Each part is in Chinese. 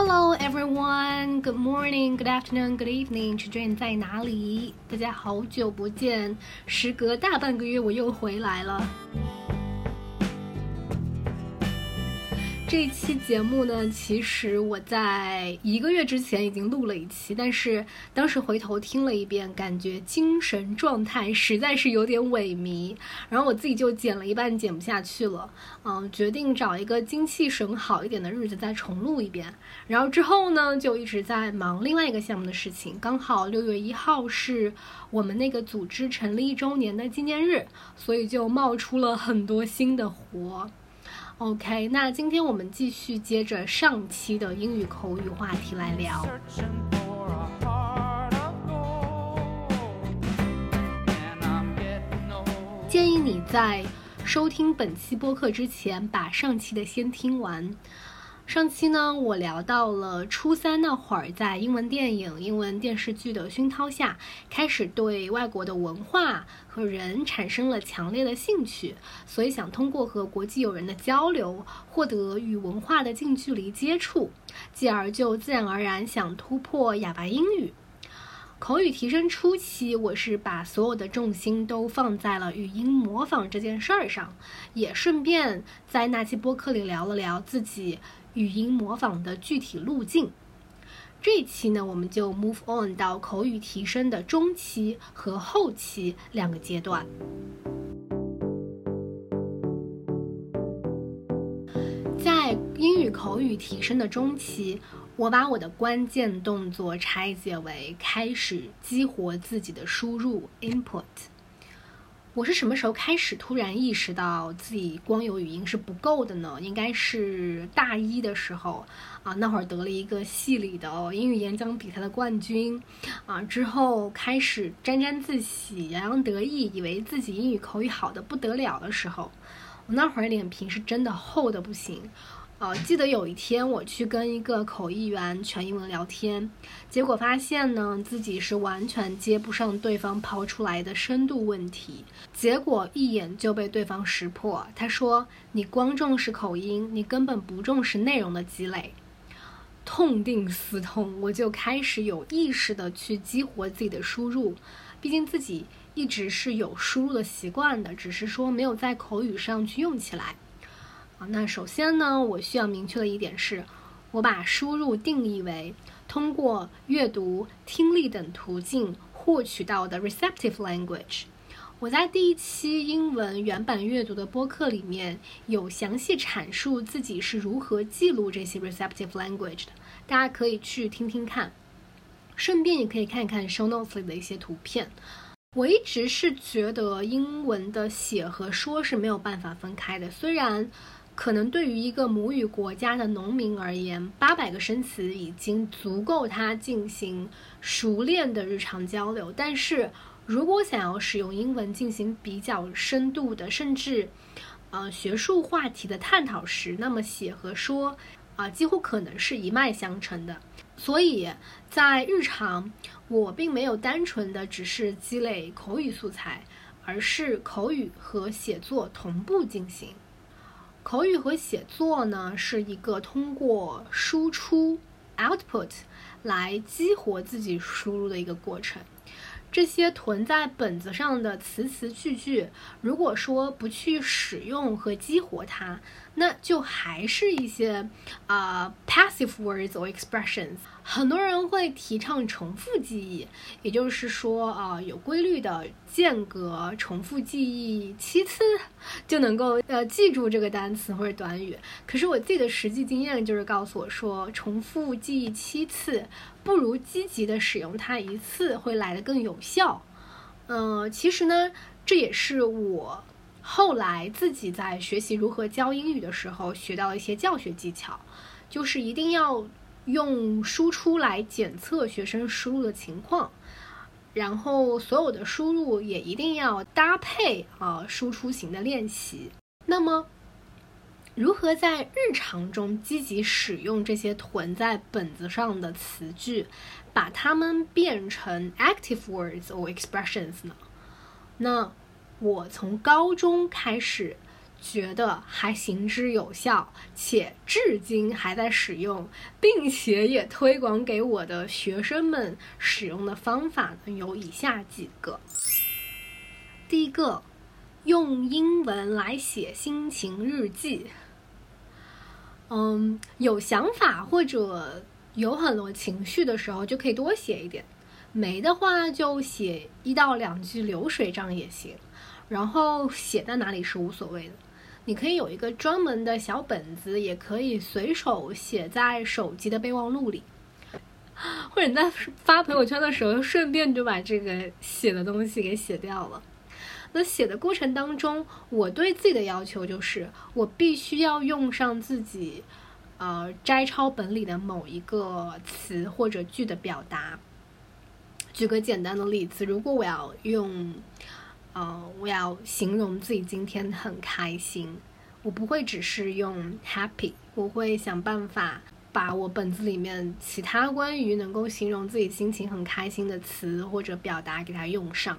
Hello everyone, good morning, good afternoon, good evening， 取决于你在哪里。大家好久不见，时隔大半个月我又回来了。这一期节目呢，其实我在1个月之前已经录了一期，但是当时回头听了一遍，感觉精神状态实在是有点萎靡，然后我自己就剪了一半，剪不下去了，决定找一个精气神好一点的日子再重录一遍。然后之后呢，就一直在忙另外一个项目的事情，刚好6月1号是我们那个组织成立1周年的纪念日，所以就冒出了很多新的活。OK， 那今天我们继续接着上期的英语口语话题来聊。建议你在收听本期播客之前，把上期的先听完。上期呢，我聊到了初3那会儿，在英文电影、英文电视剧的熏陶下，开始对外国的文化和人产生了强烈的兴趣，所以想通过和国际友人的交流，获得与文化的近距离接触，继而就自然而然想突破哑巴英语。口语提升初期，我是把所有的重心都放在了语音模仿这件事儿上，也顺便在那期播客里聊了聊自己语音模仿的具体路径。这一期呢，我们就 move on 到口语提升的中期和后期2个阶段。在英语口语提升的中期，我把我的关键动作拆解为开始激活自己的输入 input。我是什么时候开始突然意识到自己光有语音是不够的呢？应该是大1的时候那会儿得了一个系里的英语演讲比赛的冠军之后开始沾沾自喜、洋洋得意，以为自己英语口语好的不得了的时候，我那会儿脸皮是真的厚的不行。记得有一天我去跟一个口译员全英文聊天，结果发现呢，自己是完全接不上对方抛出来的深度问题，结果一眼就被对方识破。他说，你光重视口音，你根本不重视内容的积累。痛定思痛，我就开始有意识的去激活自己的输入，毕竟自己一直是有输入的习惯的，只是说没有在口语上去用起来。那首先呢，我需要明确的一点是，我把输入定义为通过阅读、听力等途径获取到的 receptive language。我在第1期英文原版阅读的播客里面有详细阐述自己是如何记录这些 receptive language 的，大家可以去听听看，顺便也可以看看 show notes 里的一些图片。我一直是觉得英文的写和说是没有办法分开的，虽然可能对于一个母语国家的农民而言，800个生词已经足够他进行熟练的日常交流，但是如果想要使用英文进行比较深度的甚至学术话题的探讨时，那么写和说几乎可能是一脉相承的。所以在日常，我并没有单纯的只是积累口语素材，而是口语和写作同步进行。口语和写作呢，是一个通过输出 output 来激活自己输入的一个过程。这些囤在本子上的词句句，如果说不去使用和激活它，那就还是一些passive words or expressions。很多人会提倡重复记忆，也就是说有规律的间隔重复记忆7次就能够记住这个单词或者短语。可是我自己的实际经验就是告诉我说，重复记忆7次不如积极的使用它1次会来得更有效。其实呢，这也是我后来自己在学习如何教英语的时候学到一些教学技巧，就是一定要用输出来检测学生输入的情况，然后所有的输入也一定要搭配输出型的练习。那么如何在日常中积极使用这些囤在本子上的词句，把它们变成 active words or expressions 呢？那我从高中开始觉得还行之有效，且至今还在使用，并且也推广给我的学生们使用的方法呢，有以下几个。第一个，用英文来写心情日记。有想法或者有很多情绪的时候就可以多写一点，没的话就写1到2句流水账也行，然后写在哪里是无所谓的。你可以有一个专门的小本子，也可以随手写在手机的备忘录里，或者你在发朋友圈的时候顺便就把这个写的东西给写掉了。那写的过程当中，我对自己的要求就是我必须要用上自己摘抄本里的某一个词或者句的表达。举个简单的例子，如果我要用我要形容自己今天很开心，我不会只是用 happy， 我会想办法把我本子里面其他关于能够形容自己心情很开心的词或者表达给它用上。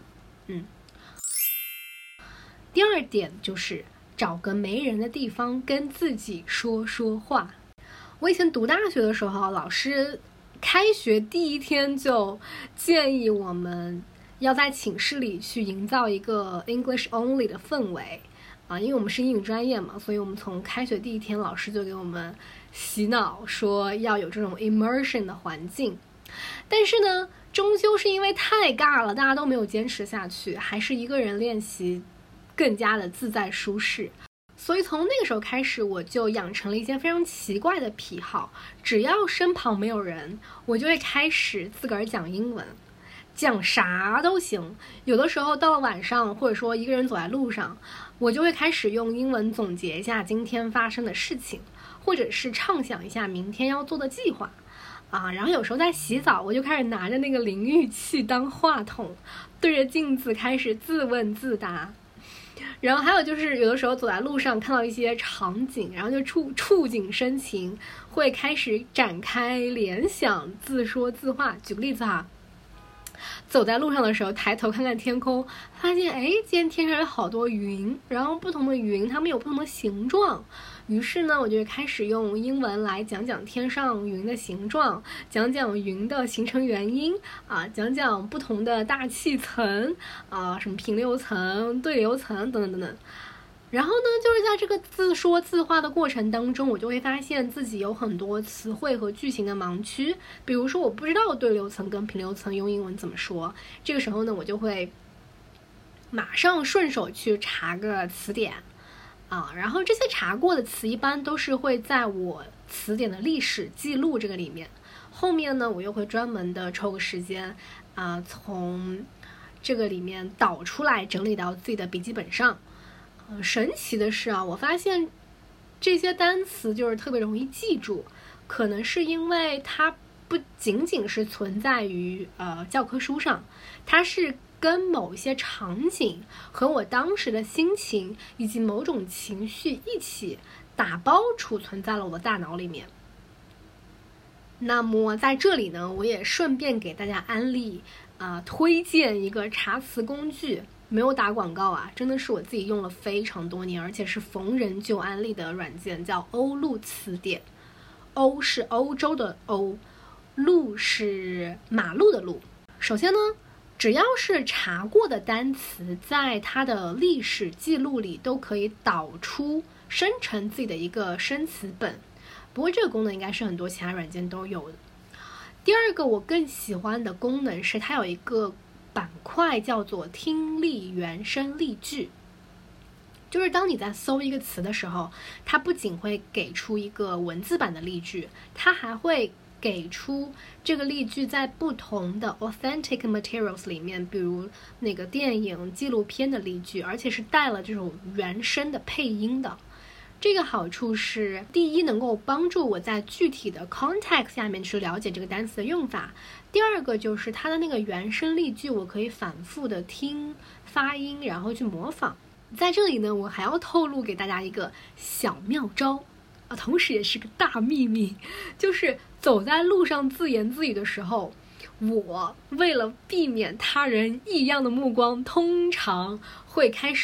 第二点就是找个没人的地方跟自己说说话。我以前读大学的时候，老师开学第一天就建议我们要在寝室里去营造一个 English only 的氛围因为我们是英语专业嘛，所以我们从开学第一天老师就给我们洗脑说要有这种 immersion 的环境。但是呢，终究是因为太尬了，大家都没有坚持下去，还是一个人练习更加的自在舒适。所以从那个时候开始，我就养成了一些非常奇怪的癖好，只要身旁没有人，我就会开始自个儿讲英文，讲啥都行。有的时候到了晚上，或者说一个人走在路上，我就会开始用英文总结一下今天发生的事情，或者是畅想一下明天要做的计划然后有时候在洗澡，我就开始拿着那个淋浴器当话筒，对着镜子开始自问自答。然后还有就是有的时候走在路上看到一些场景，然后就触景生情，会开始展开联想，自说自话。举个例子走在路上的时候抬头看看天空，发现今天天上有好多云，然后不同的云它们有不同的形状，于是呢我就开始用英文来讲讲天上云的形状，讲讲云的形成原因讲讲不同的大气层什么平流层、对流层等等等等。然后呢，就是在这个自说自话的过程当中，我就会发现自己有很多词汇和句型的盲区。比如说我不知道对流层跟平流层用英文怎么说，这个时候呢，我就会马上顺手去查个词典然后这些查过的词一般都是会在我词典的历史记录这个里面。后面呢，我又会专门的抽个时间从这个里面导出来，整理到自己的笔记本上。神奇的是我发现这些单词就是特别容易记住，可能是因为它不仅仅是存在于教科书上，它是跟某一些场景和我当时的心情以及某种情绪一起打包储存在了我的大脑里面。那么在这里呢，我也顺便给大家安利推荐一个查词工具，没有打广告真的是我自己用了非常多年，而且是逢人就安利的软件，叫欧陆词典。欧是欧洲的欧，路是马路的路。首先呢，只要是查过的单词，在它的历史记录里都可以导出生成自己的一个生词本，不过这个功能应该是很多其他软件都有的。第二个我更喜欢的功能是它有一个板块叫做听力原声例句，就是当你在搜一个词的时候，它不仅会给出一个文字版的例句，它还会给出这个例句在不同的 authentic materials 里面，比如那个电影、纪录片的例句，而且是带了这种原声的配音的。这个好处是，第一能够帮助我在具体的 context 下面去了解这个单词的用法，第二个就是它的那个原声例句我可以反复的听发音，然后去模仿。在这里呢，我还要透露给大家一个小妙招同时也是个大秘密，就是走在路上自言自语的时候，我为了避免他人异样的目光，通常会开始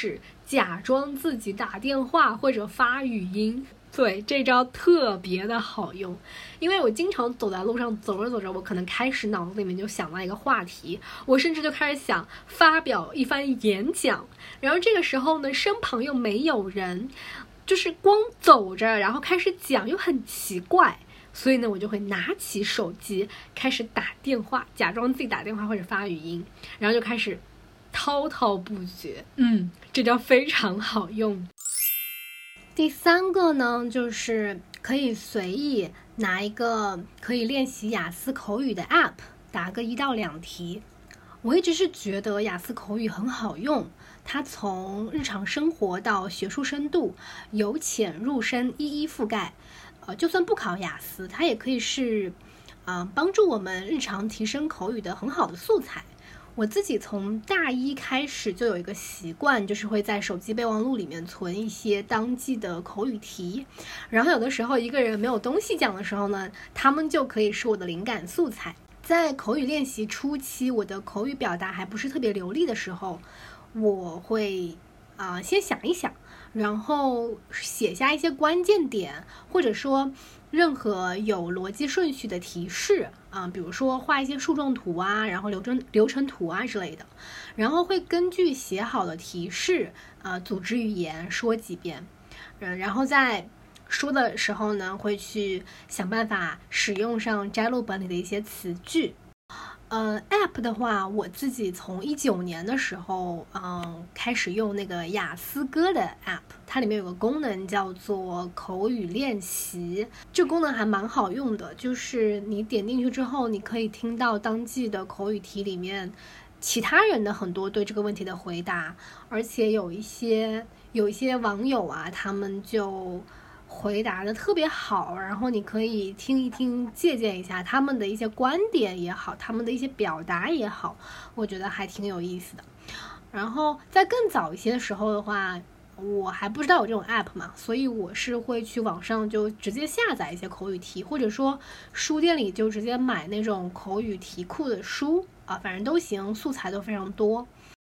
假装自己打电话或者发语音。对，这招特别的好用，因为我经常走在路上，走着走着，我可能开始脑子里面就想到一个话题，我甚至就开始想发表一番演讲，然后这个时候呢，身旁又没有人，就是光走着然后开始讲又很奇怪，所以呢，我就会拿起手机开始打电话，假装自己打电话或者发语音，然后就开始滔滔不绝。这招非常好用。第3个呢，就是可以随意拿一个可以练习雅思口语的 app， 答个1到2题。我一直是觉得雅思口语很好用，它从日常生活到学术深度，由浅入深，一一覆盖。就算不考雅思，它也可以是帮助我们日常提升口语的很好的素材。我自己从大一开始就有一个习惯，就是会在手机备忘录里面存一些当季的口语题，然后有的时候一个人没有东西讲的时候呢，他们就可以是我的灵感素材。在口语练习初期，我的口语表达还不是特别流利的时候，我会先想一想，然后写下一些关键点，或者说任何有逻辑顺序的提示比如说画一些树状图然后流程图之类的，然后会根据写好的提示组织语言说几遍，然后在说的时候呢，会去想办法使用上摘录本里的一些词句。app 的话，我自己从19年的时候开始用那个雅思哥的 app， 它里面有个功能叫做口语练习，这个功能还蛮好用的，就是你点进去之后，你可以听到当季的口语题里面其他人的很多对这个问题的回答，而且有一些网友他们就回答的特别好，然后你可以听一听，借鉴一下他们的一些观点也好，他们的一些表达也好，我觉得还挺有意思的。然后在更早一些的时候的话，我还不知道有这种 app 嘛，所以我是会去网上就直接下载一些口语题，或者说书店里就直接买那种口语题库的书反正都行，素材都非常多。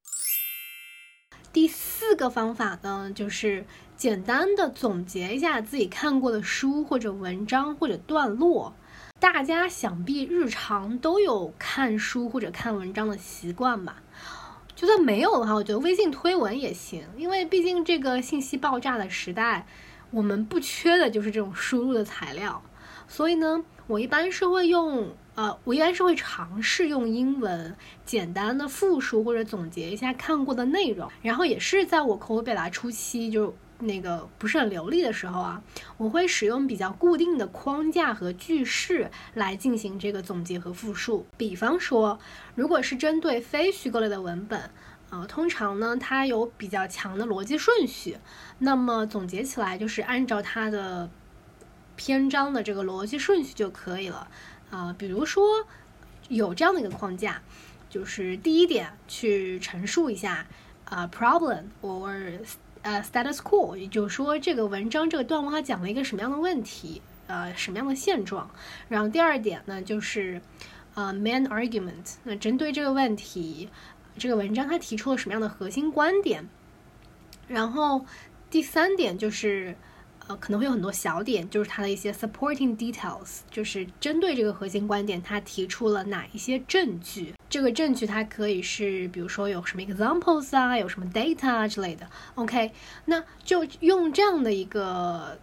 第4个方法呢，就是简单的总结一下自己看过的书或者文章或者段落。大家想必日常都有看书或者看文章的习惯吧，就算没有的话，我觉得微信推文也行，因为毕竟这个信息爆炸的时代，我们不缺的就是这种输入的材料。所以呢，我一般是会尝试用英文简单的复述或者总结一下看过的内容，然后也是在我口语表达初期就那个不是很流利的时候我会使用比较固定的框架和句式来进行这个总结和复述。比方说，如果是针对非虚构类的文本通常呢它有比较强的逻辑顺序，那么总结起来就是按照它的篇章的这个逻辑顺序就可以了比如说有这样的一个框架，就是第一点去陈述一下problem or status quo， 也就是说这个文章这个段落它讲了一个什么样的问题什么样的现状。然后第2点呢就是main argument， 那针对这个问题这个文章它提出了什么样的核心观点。然后第3点就是可能会有很多小点，就是它的一些 supporting details， 就是针对这个核心观点它提出了哪一些证据，这个证据它可以是比如说有什么 examples 有什么 data 之类的。 OK， 那就用这样的一个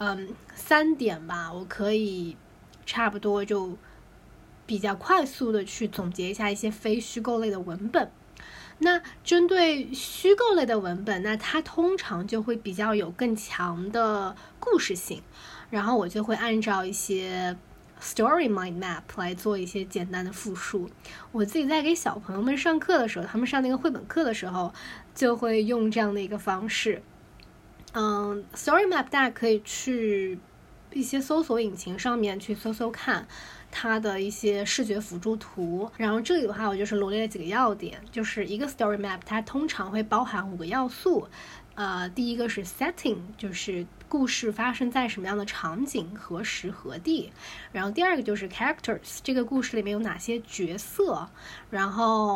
3点吧，我可以差不多就比较快速的去总结一下一些非虚构类的文本。那针对虚构类的文本，那它通常就会比较有更强的故事性，然后我就会按照一些 story mind map 来做一些简单的复述。我自己在给小朋友们上课的时候，他们上那个绘本课的时候，就会用这样的一个方式。story map 大家可以去一些搜索引擎上面去搜搜看它的一些视觉辅助图，然后这里的话我就是罗列了几个要点，就是一个 story map 它通常会包含5个要素。第一个是 setting， 就是故事发生在什么样的场景、何时何地。然后第2个就是 characters， 这个故事里面有哪些角色。然后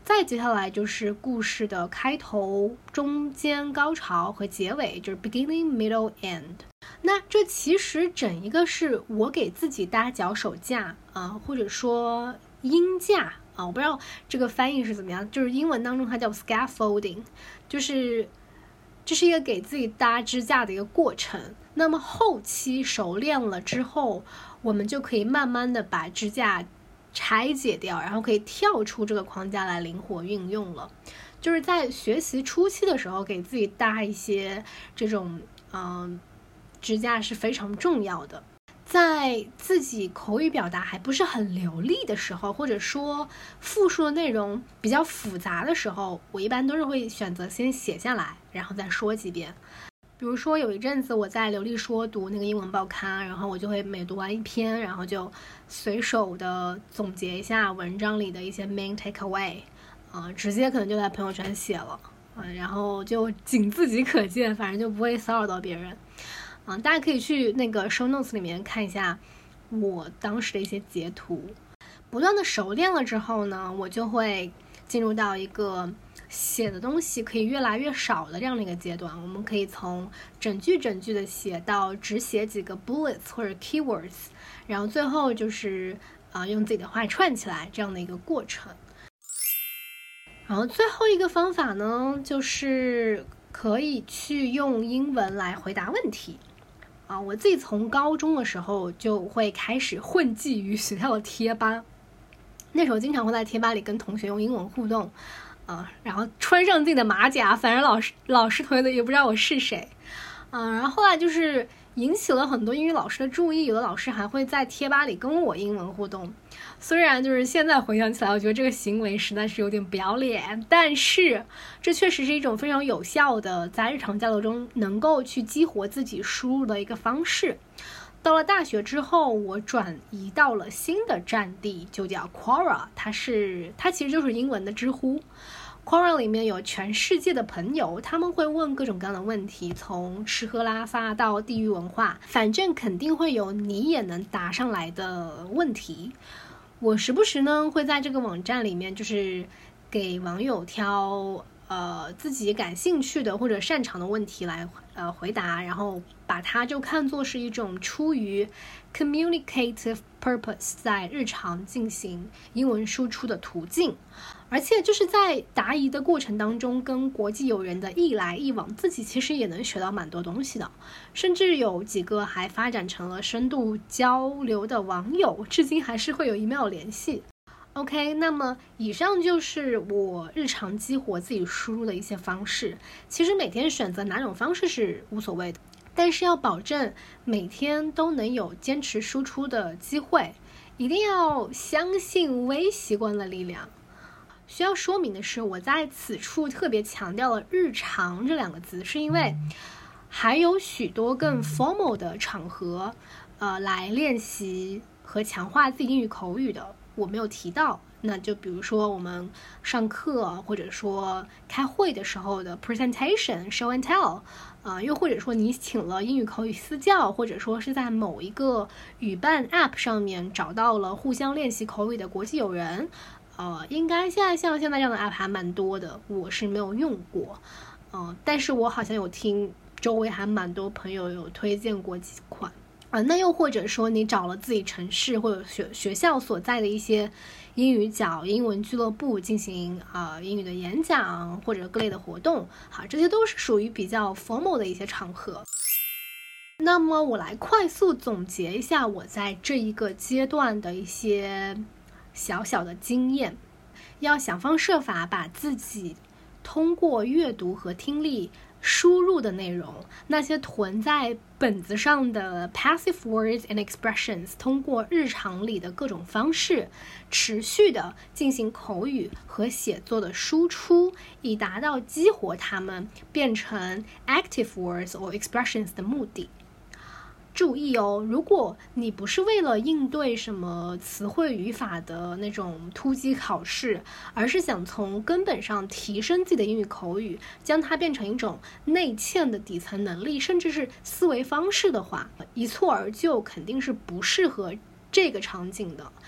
再接下来就是故事的开头、中间、高潮和结尾，就是 beginning, middle, end。那这其实整一个是我给自己搭脚手架或者说鹰架我不知道这个翻译是怎么样，就是英文当中它叫 scaffolding， 就是这是一个给自己搭支架的一个过程。那么后期熟练了之后，我们就可以慢慢的把支架拆解掉，然后可以跳出这个框架来灵活运用了。就是在学习初期的时候，给自己搭一些这种支架是非常重要的。在自己口语表达还不是很流利的时候，或者说复述的内容比较复杂的时候，我一般都是会选择先写下来，然后再说几遍。比如说有一阵子我在流利说读那个英文报刊，然后我就会每读完一篇，然后就随手的总结一下文章里的一些 main takeaway，直接可能就在朋友圈写了，然后就仅自己可见，反正就不会骚扰到别人。大家可以去那个 show notes 里面看一下我当时的一些截图。不断的熟练了之后呢，我就会进入到一个写的东西可以越来越少的这样的一个阶段。我们可以从整句的写到只写几个 bullets 或者 keywords， 然后最后就是用自己的话串起来这样的一个过程。然后最后一个方法呢，就是可以去用英文来回答问题。我自己从高中的时候就会开始混迹于学校的贴吧，那时候经常会在贴吧里跟同学用英文互动，然后穿上自己的马甲，反正老师同学的也不知道我是谁，然后后来就是引起了很多英语老师的注意，有的老师还会在贴吧里跟我英文互动。虽然就是现在回想起来，我觉得这个行为实在是有点不要脸，但是这确实是一种非常有效的在日常交流中能够去激活自己输入的一个方式。到了大学之后，我转移到了新的战地，就叫 Quora， 它其实就是英文的知乎。Quora 里面有全世界的朋友，他们会问各种各样的问题，从吃喝拉撒到地域文化，反正肯定会有你也能答上来的问题。我时不时呢会在这个网站里面就是给网友挑自己感兴趣的或者擅长的问题来回答，然后把它就看作是一种出于 communicative purpose 在日常进行英文输出的途径。而且就是在答疑的过程当中，跟国际友人的一来一往，自己其实也能学到蛮多东西的，甚至有几个还发展成了深度交流的网友，至今还是会有email联系。OK， 那么以上就是我日常激活自己输入的一些方式。其实每天选择哪种方式是无所谓的，但是要保证每天都能有坚持输出的机会，一定要相信微习惯的力量。需要说明的是，我在此处特别强调了日常这两个字，是因为还有许多更 formal 的场合来练习和强化自己英语口语的我没有提到。那就比如说我们上课或者说开会的时候的 presentation show and tell，又或者说你请了英语口语私教，或者说是在某一个语伴 app 上面找到了互相练习口语的国际友人，应该像现在这样的 app 还蛮多的，我是没有用过，但是我好像有听周围还蛮多朋友有推荐过几款。那又或者说你找了自己城市或者学校所在的一些英语角、英文俱乐部进行英语的演讲或者各类的活动，好，这些都是属于比较 formal 的一些场合。那么我来快速总结一下我在这一个阶段的一些小小的经验，要想方设法把自己通过阅读和听力输入的内容，那些囤在本子上的 passive words and expressions， 通过日常里的各种方式持续的进行口语和写作的输出，以达到激活它们变成 active words or expressions 的目的。注意哦，如果你不是为了应对什么词汇语法的那种突击考试，而是想从根本上提升自己的英语口语，将它变成一种内嵌的底层能力，甚至是思维方式的话，一蹴而就肯定是不适合这个场景的。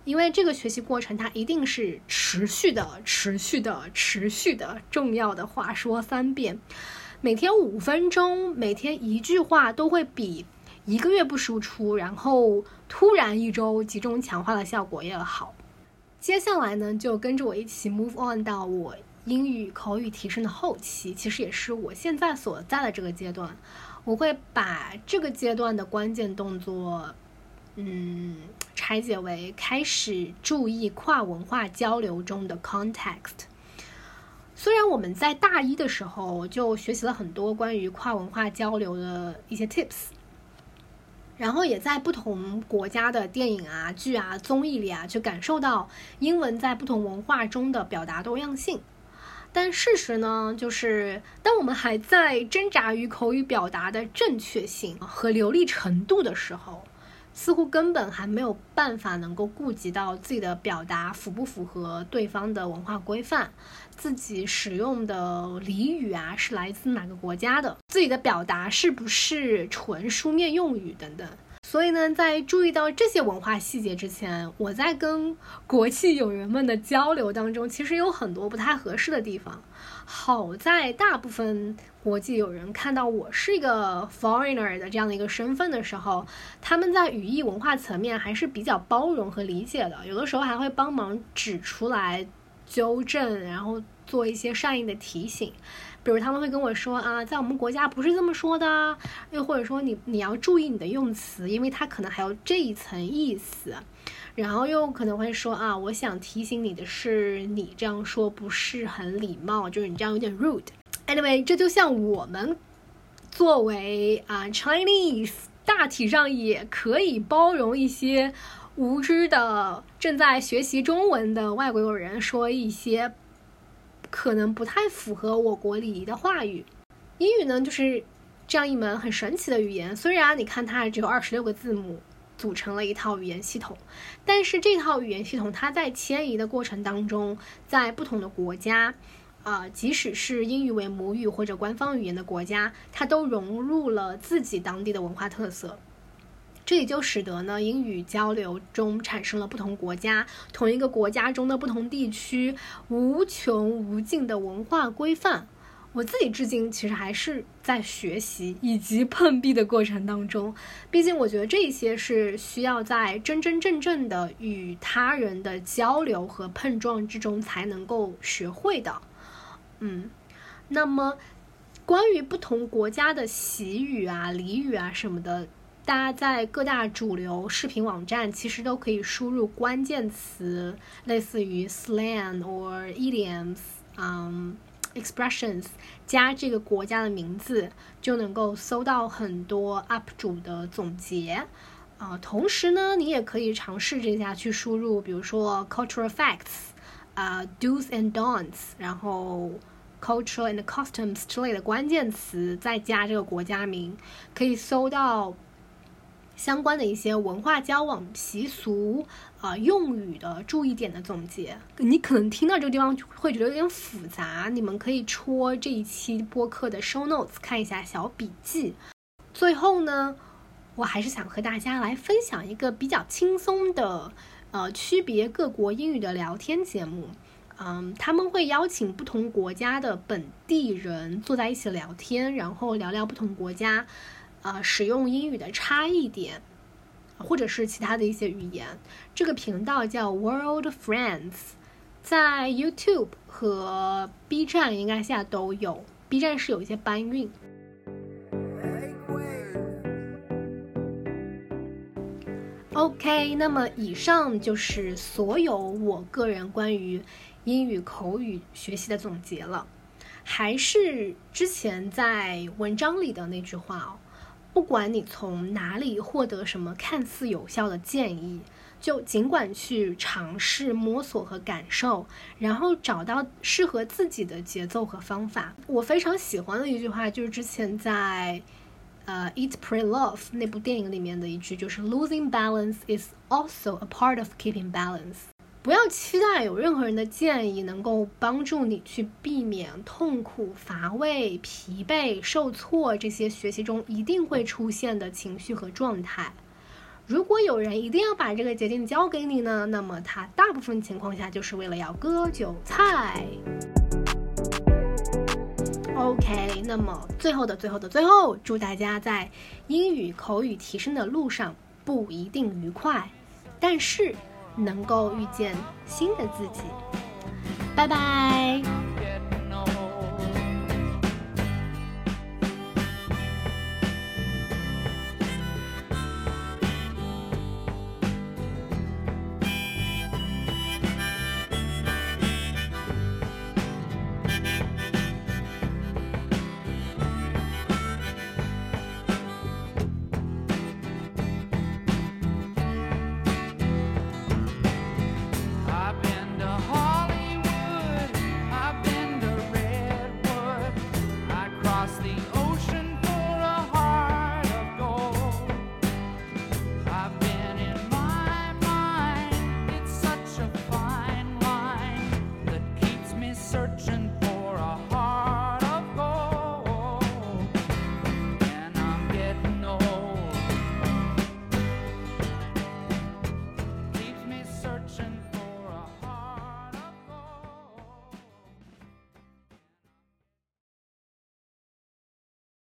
因为这个学习过程它一定是持续的重要的话说3遍，每天5分钟，每天1句话都会比1个月不输出，然后突然1周集中强化的效果也好。接下来呢，就跟着我一起 move on 到我英语口语提升的后期，其实也是我现在所在的这个阶段。我会把这个阶段的关键动作拆解为开始注意跨文化交流中的 context。 虽然我们在大一的时候就学习了很多关于跨文化交流的一些 tips， 然后也在不同国家的电影啊、剧啊、综艺里啊，去感受到英文在不同文化中的表达多样性。但事实呢，就是当我们还在挣扎于口语表达的正确性和流利程度的时候，似乎根本还没有办法能够顾及到自己的表达符不符合对方的文化规范，自己使用的俚语啊是来自哪个国家的，自己的表达是不是纯书面用语等等。所以呢，在注意到这些文化细节之前，我在跟国际友人们的交流当中，其实有很多不太合适的地方。好在大部分国际友人看到我是一个 foreigner 的这样的一个身份的时候，他们在语义文化层面还是比较包容和理解的，有的时候还会帮忙指出来纠正，然后做一些善意的提醒。比如他们会跟我说啊，在我们国家不是这么说的，又或者说你要注意你的用词，因为它可能还有这一层意思。然后又可能会说啊，我想提醒你的是，你这样说不是很礼貌，就是你这样有点 rude。 Anyway， 这就像我们作为Chinese 大体上也可以包容一些无知的正在学习中文的外国友人说一些可能不太符合我国礼仪的话语。英语呢，就是这样一门很神奇的语言，虽然你看它只有26个字母组成了一套语言系统，但是这套语言系统它在迁移的过程当中，在不同的国家即使是英语为母语或者官方语言的国家，它都融入了自己当地的文化特色。这也就使得呢，英语交流中产生了不同国家、同一个国家中的不同地区无穷无尽的文化规范。我自己至今其实还是在学习以及碰壁的过程当中，毕竟我觉得这些是需要在真真正正的与他人的交流和碰撞之中才能够学会的。那么关于不同国家的习语啊、俚语啊什么的，大家在各大主流视频网站其实都可以输入关键词，类似于 slang or idioms expressions 加这个国家的名字，就能够搜到很多 UP 主的总结。同时呢，你也可以尝试这下去输入，比如说 cultural facts、do's and don'ts， 然后 cultural and customs 之类的关键词，再加这个国家名，可以搜到相关的一些文化交往习俗用语的注意点的总结。你可能听到这个地方会觉得有点复杂，你们可以戳这一期播客的 show notes 看一下小笔记。最后呢，我还是想和大家来分享一个比较轻松的区别各国英语的聊天节目。他们会邀请不同国家的本地人坐在一起聊天，然后聊聊不同国家使用英语的差异点，或者是其他的一些语言。这个频道叫 World Friends， 在 YouTube 和 B 站应该现在都有， B 站是有一些搬运。OK， 那么以上就是所有我个人关于英语口语学习的总结了。还是之前在文章里的那句话不管你从哪里获得什么看似有效的建议，就尽管去尝试摸索和感受，然后找到适合自己的节奏和方法。我非常喜欢的一句话就是之前在Eat Pray Love 那部电影里面的一句，就是 Losing balance is also a part of keeping balance。 不要期待有任何人的建议能够帮助你去避免痛苦、乏味、疲惫、受挫这些学习中一定会出现的情绪和状态。 如果有人一定要把这个捷径交给你呢，那么他大部分情况下就是为了要割韭菜。OK， 那么最后，祝大家在英语口语提升的路上不一定愉快，但是能够遇见新的自己。拜拜。